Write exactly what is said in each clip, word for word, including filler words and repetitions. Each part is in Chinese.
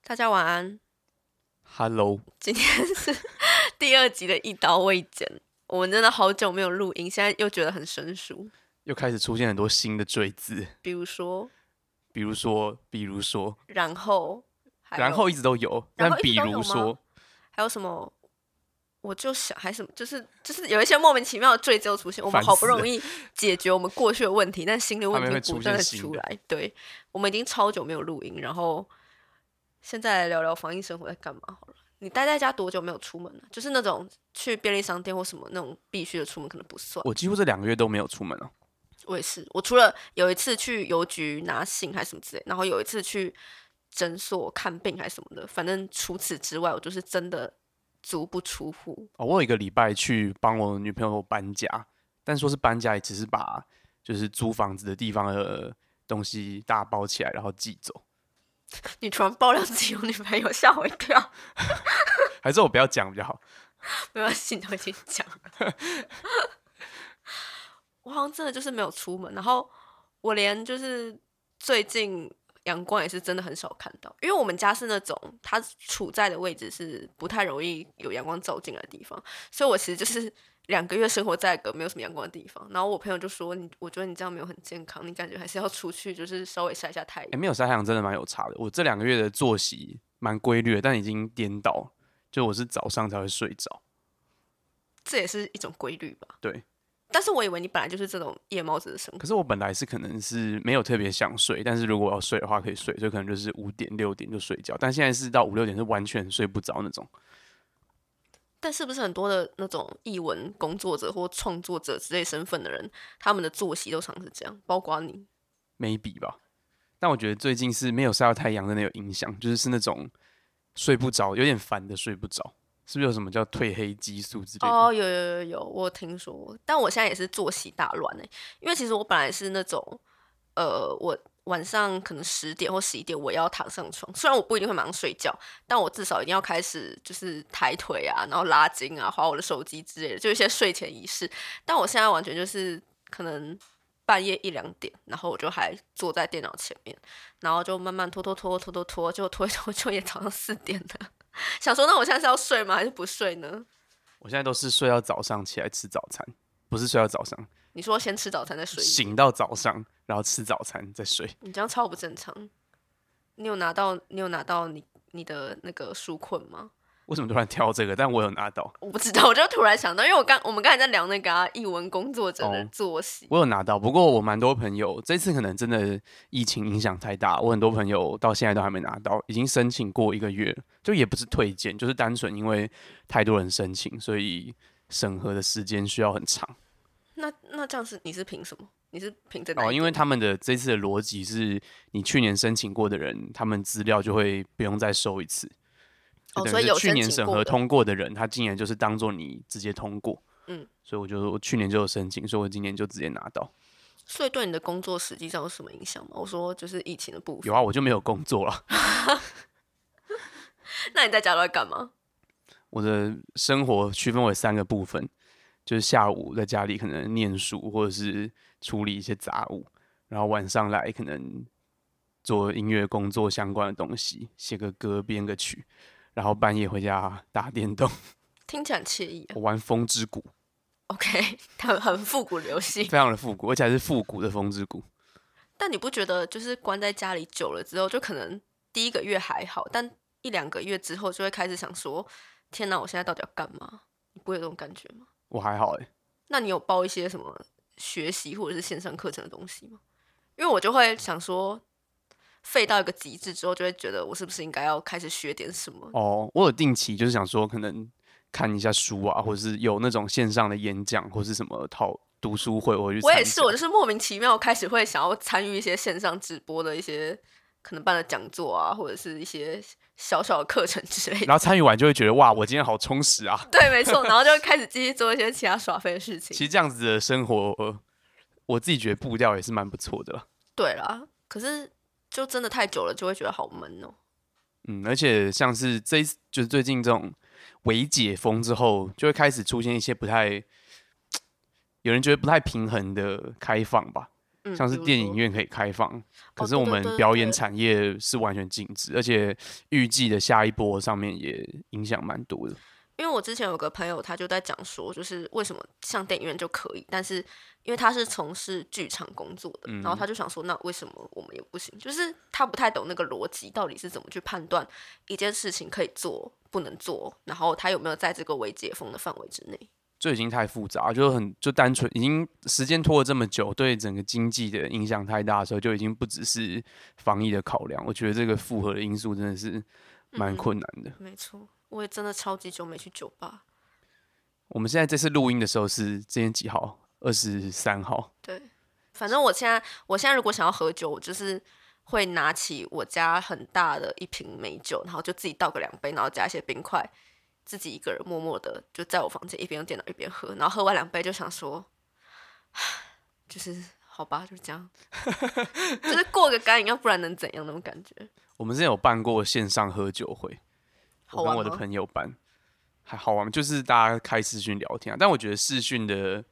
大家晚安。 Hello， 今天是第二集的一刀未剪，我们真的好久没有录音，现在又觉得很生疏。 又开始出现很多新的赘字， 比如说， 比如说，比如说， 然后，还有然后一直都有，但比然后一直都有吗？ 如说， 还有什么？我就想，还什么，就是就是有一些莫名其妙的赘字又出现。我们好不容易解决我们过去的问题，但新的问题不断的出来。对，我们已经超久没有录音，然后现在来聊聊防疫生活在干嘛好了。你待在家多久没有出门了？就是那种去便利商店或什么那种必须的出门可能不算。 我几乎这两个月都没有出门了。 我也是，我除了有一次去邮局拿信还是什么之类，然后有一次去诊所看病还是什么的，反正除此之外，我就是真的足不出户。 哦，我有一个礼拜去帮我女朋友搬家，但说是搬家，也只是把就是租房子的地方的东西大包起来，然后寄走。 你突然爆料自己有女朋友，吓我一跳。 还是我不要讲比较好。 没关系，你都已经讲了。我好像真的就是没有出门，然后我连就是最近阳光也是真的很少看到，因为我们家是那种它处在的位置是不太容易有阳光照进来的地方，所以我其实就是两个月生活在一个没有什么阳光的地方。然后我朋友就说：“你，我觉得你这样没有很健康，你感觉还是要出去，就是稍微晒一下太阳。” 哎，没有晒太阳真的蛮有差的。我这两个月的作息蛮规律的，但已经颠倒，就我是早上才会睡着。 这也是一种规律吧？ 对。 但是我以为你本来就是这种夜猫子的生活。 可是我本来是可能是没有特别想睡，但是如果要睡的话可以睡，所以可能就是五点六点就睡觉。但现在是到五六点是完全睡不着那种。 但是不是很多的那种艺文工作者或创作者之类身份的人，他们的作息都常是这样，包括你 ？maybe 吧。但我觉得最近是没有晒到太阳真的有影响，就是是那种睡不着，有点烦的睡不着。是不是有什么叫褪黑激素之类的？ 哦，有有有有，我听说，但我现在也是作息大乱哎，因为其实我本来是那种，呃，我晚上可能十点或十一点我要躺上床，虽然我不一定会马上睡觉，但我至少一定要开始就是抬腿啊，然后拉筋啊，滑我的手机之类的，就一些睡前仪式。但我现在完全就是可能半夜一两点，然后我就还坐在电脑前面，然后就慢慢拖拖拖拖拖拖，就拖一拖就也早上四点了。想说，那我现在是要睡吗？还是不睡呢？ 我现在都是睡到早上起来吃早餐，不是睡到早上。 你说先吃早餐再睡？ 醒到早上，然后吃早餐再睡。 你这样超不正常。你有拿到你有拿到你你的那个纾困吗？ 为什么突然挑这个？但我有拿到。 我不知道，我就突然想到，因为我刚我们刚才在聊那个啊，艺文工作者的作息、 哦。我有拿到，不过我蛮多朋友这次可能真的疫情影响太大，我很多朋友到现在都还没拿到，已经申请过一个月了，就也不是推荐，就是单纯因为太多人申请，所以审核的时间需要很长。 那那这样是你是凭什么？你是凭着哪一点？ 哦，因为他们的这次的逻辑是，你去年申请过的人，他们资料就会不用再收一次。 哦，所以有去年审核通过的人，他今年就是当做你直接通过。 嗯， 所以我就我去年就有申请，所以我今年就直接拿到。 所以对你的工作实际上有什么影响吗？我说就是疫情的部分。 有啊，我就没有工作了。 那你在家都在干嘛？ 我的生活区分为三个部分，就是下午在家里可能念书或者是处理一些杂物，然后晚上来可能做音乐工作相关的东西，写个歌编个曲，然后半夜回家打电动。 听起来很惬意、啊。 我玩风之谷。 OK， 它很复古的游戏， 非常的复古，而且还是复古的风之谷。 但你不觉得就是关在家里久了之后，就可能第一个月还好，但一两个月之后就会开始想说：天哪，我现在到底要干嘛？你不会有这种感觉吗？ 我还好哎、欸。 那你有报一些什么学习或者是线上课程的东西吗？因为我就会想说，废到一个极致之后，就会觉得我是不是应该要开始学点什么？ 哦，我有定期就是想说，可能看一下书啊，或者是有那种线上的演讲，或是什么讨读书会，我会去参加。 我也是，我就是莫名其妙开始会想要参与一些线上直播的一些可能办的讲座啊，或者是一些小小的课程之类的。 然后参与完就会觉得哇，我今天好充实啊。 对，没错，然后就会开始继续做一些其他耍废的事情。 其实这样子的生活，我自己觉得步调也是蛮不错的啦。 对啦，可是就真的太久了，就会觉得好闷哦。 嗯，而且像是这就是最近这种微解封之后，就会开始出现一些不太，有人觉得不太平衡的开放吧。 嗯， 像是比如说电影院可以开放，可哦， 是我们对对对表演对， 产业是完全禁止，而且预计的下一波上面也影响蛮多的。 因为我之前有个朋友，他就在讲说，就是为什么像电影院就可以，但是因为他是从事剧场工作的，然后他就想说，那为什么我们也不行？就是他不太懂那个逻辑到底是怎么去判断一件事情可以做不能做，然后他有没有在这个未解封的范围之内。 就已经太复杂，就很就单纯，已经时间拖了这么久，对整个经济的影响太大的时候，就已经不只是防疫的考量。我觉得这个复合的因素真的是蛮困难的。 没错，我也真的超级久没去酒吧。 我们现在这次录音的时候是今天几号？二十三号。 对，反正我现在，我现在如果想要喝酒，我就是会拿起我家很大的一瓶美酒，然后就自己倒个两杯，然后加一些冰块，自己一个人默默的就在我房间一边用电脑一边喝，然后喝完两杯就想说，就是好吧，就这样，就是过个干瘾，要不然能怎样那种感觉。 我们之前有办过线上喝酒会，我跟我的好玩吗？ 朋友办，还好玩吗，就是大家开视讯聊天啊。但我觉得视讯的，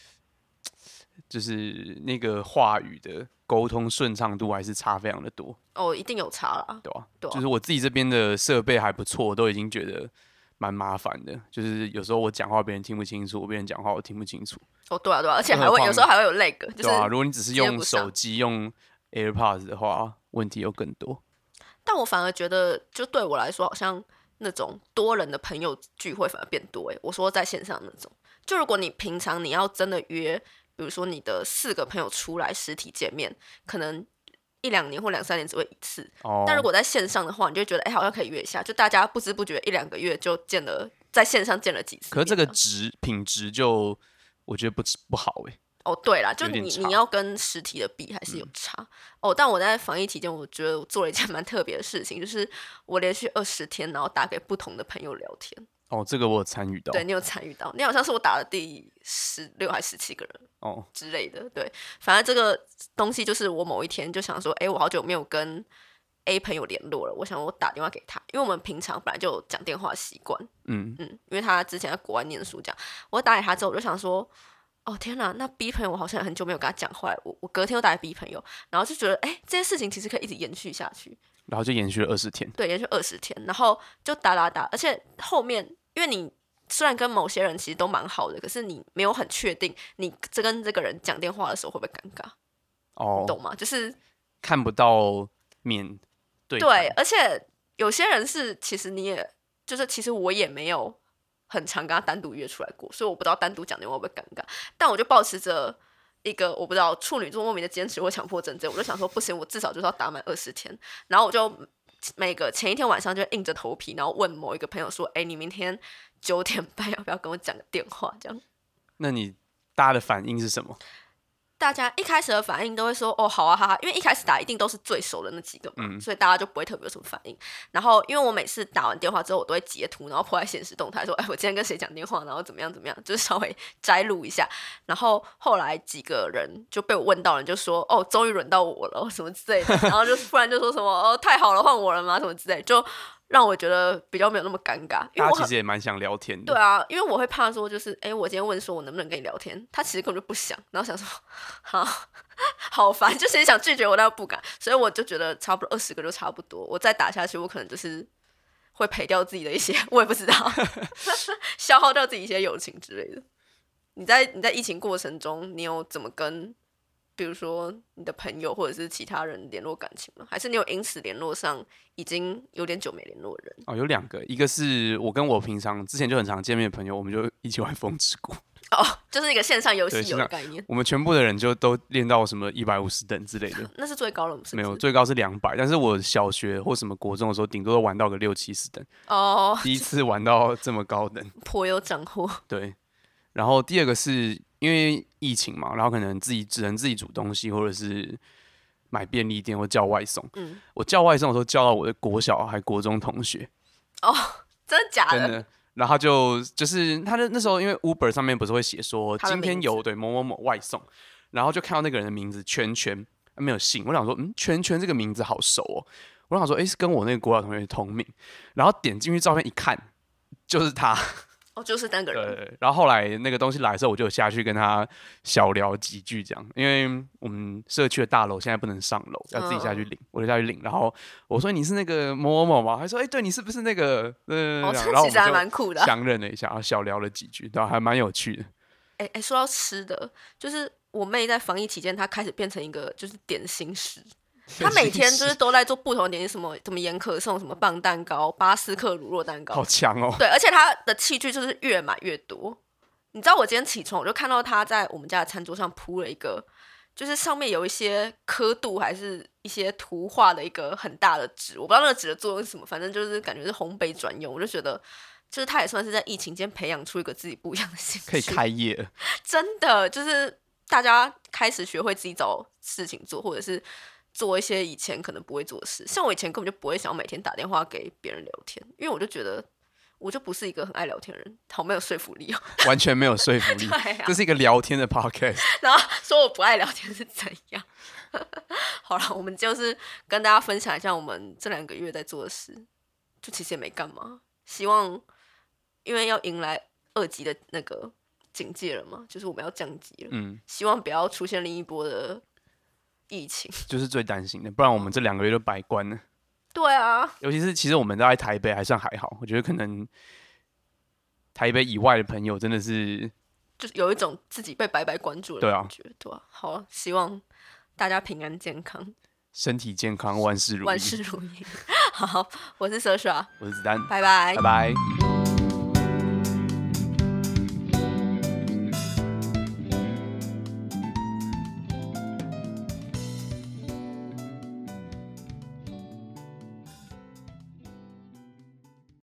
就是那个话语的沟通顺畅度还是差非常的多， 哦，一定有差啦。 对吧、 对啊， 就是我自己这边的设备还不错，都已经觉得蛮麻烦的。就是有时候我讲话别人听不清楚，别人讲话我听不清楚， 哦，对啊，对啊，而且更何况还会有时候还会有 lag，就是对啊，如果你只是接用不上手机用 AirPods 的话，问题又更多。 但我反而觉得，就对我来说，好像那种多人的朋友聚会反而变多。诶，我说在线上那种，就如果你平常你要真的约，比如说你的四个朋友出来实体见面，可能一两年或两三年只会一次。 哦， 但如果在线上的话，你就会觉得，哎、好像可以约一下，就大家不知不觉一两个月就见了，在线上见了几次面。 可是这个值品质就我觉得不不好哎、 哦，对啦，就有点差你你要跟实体的比还是有差、哦。但我在防疫期间，我觉得我做了一件蛮特别的事情，就是我连续二十天，然后打给不同的朋友聊天。 哦，这个我有参与到。 对你有参与到，你好像是我打了第十六还十七个人哦， 之类的。对，反正这个东西就是我某一天就想说，哎、我好久没有跟 A 朋友联络了，我想我打电话给他，因为我们平常本来就有讲电话习惯。 嗯， 嗯，因为他之前在国外念书，这样我打给他之后，我就想说。哦天哪，那 B 朋友我好像很久没有跟他讲话了，我我隔天又打给 B 朋友，然后就觉得哎，这件事情其实可以一直延续下去， 然后就延续了二十天。 对，延续二十天，然后就打打打，而且后面因为你虽然跟某些人其实都蛮好的，可是你没有很确定你这跟这个人讲电话的时候会不会尴尬， 哦， 懂吗？就是看不到面对对， 谈而且有些人是其实你也就是其实我也没有很常跟他单独约出来过，所以我不知道单独讲电话会不会尴尬，但我就保持着一个我不知道处女座莫名的坚持或强迫症这样，我就想说不行，我至少就是要打满二十天，然后我就每个前一天晚上就硬着头皮，然后问某一个朋友说，哎，你明天九点半要不要跟我讲个电话？这样。 那你大家的反应是什么？ 大家一开始的反应都会说哦好啊哈哈，因为一开始打一定都是最熟的那几个嘛， 嗯所以大家就不会特别有什么反应。然后因为我每次打完电话之后，我都会截图，然后破在现实动态说，哎，我今天跟谁讲电话，然后怎么样怎么样，就是稍微摘录一下。然后后来几个人就被我问到了，就说哦，终于轮到我了，什么之类的。然后就突然就说什么哦，太好了，换我了吗？什么之类，就让我觉得比较没有那么尴尬，因为大家其我很实也蛮想聊天的。 对啊，因为我会怕说，就是哎，我今天问说我能不能跟你聊天，他其实根本就不想，然后想说，好好烦，就其实想拒绝我，但又不敢，所以我就觉得差不多二十个就差不多，我再打下去，我可能就是会赔掉自己的一些，我也不知道，消耗掉自己一些友情之类的。你在你在疫情过程中，你有怎么跟，比如说你的朋友或者是其他人联络感情吗？还是你有因此联络上已经有点久没联络的人？ 哦，有两个，一个是我跟我平常之前就很常见面的朋友，我们就一起玩风之谷。 哦，就是一个线上游戏对， 有线上的概念， 我们全部的人就都练到什么一百五十等之类的， 那是最高了，是不是？ 没有，最高是两百。但是我小学或什么国中的时候，顶多都玩到个六七十等， 哦， 第一次玩到这么高等。 颇有斩获。 对，然后第二个是因为疫情嘛，然后可能自己只能自己煮东西，或者是买便利店或叫外送。 嗯， 我叫外送的时候叫到我的国小还国中同学， 哦，真的假的？ 真的。然后他就就是他的那时候，因为 Uber 上面不是会写说他的今天名字有对某某某外送，然后就看到那个人的名字圈圈，没有姓。我想说，嗯，圈圈这个名字好熟哦。我想说，诶，是跟我那个国小同学同名。然后点进去照片一看，就是他。 哦，就是三个人。 对，然后后来那个东西来的时候，我就下去跟他小聊几句这样，因为我们社区的大楼现在不能上楼，要自己下去领， 嗯、 我就下去领。然后我说你是那个某某某吗？他说哎、欸，对，你是不是那个？嗯、 哦， 然这其实还蛮酷的、啊， 相认了一下，然后小聊了几句，对，还蛮有趣的。 哎、欸、哎、欸，说到吃的，就是我妹在防疫期间，她开始变成一个就是点心师。她每天就是都在做不同的点心，什么什么盐可颂，什么棒蛋糕、巴斯克乳酪蛋糕， 好强哦！ 对，而且她的器具就是越买越多。你知道我今天起床，我就看到她在我们家的餐桌上铺了一个，就是上面有一些刻度还是一些图画的一个很大的纸，我不知道那个纸的作用是什么，反正就是感觉是烘焙专用。我就觉得，就是她也算是在疫情间培养出一个自己不一样的兴趣， 可以开业了， 真的就是大家开始学会自己找事情做，或者是做一些以前可能不会做的事。像我以前根本就不会想要每天打电话给别人聊天，因为我就觉得我就不是一个很爱聊天的人，好没有说服力哦， 完全没有说服力。 啊、 这是一个聊天的 podcast， 然后说我不爱聊天是怎样？好了，我们就是跟大家分享一下我们这两个月在做的事，就其实也没干嘛。希望因为要迎来二级的那个警戒了嘛，就是我们要降级了，嗯，希望不要出现另一波的疫情， 就是最担心的，不然我们这两个月就白关了。 对啊， 尤其是其实我们在台北还算还好，我觉得可能台北以外的朋友真的是， 就是有一种自己被白白关注的感觉，对啊，对啊。好，希望大家平安健康， 身体健康，万事如意， 万事如意。好，我是佘耍， 我是子丹， 拜拜， 拜拜。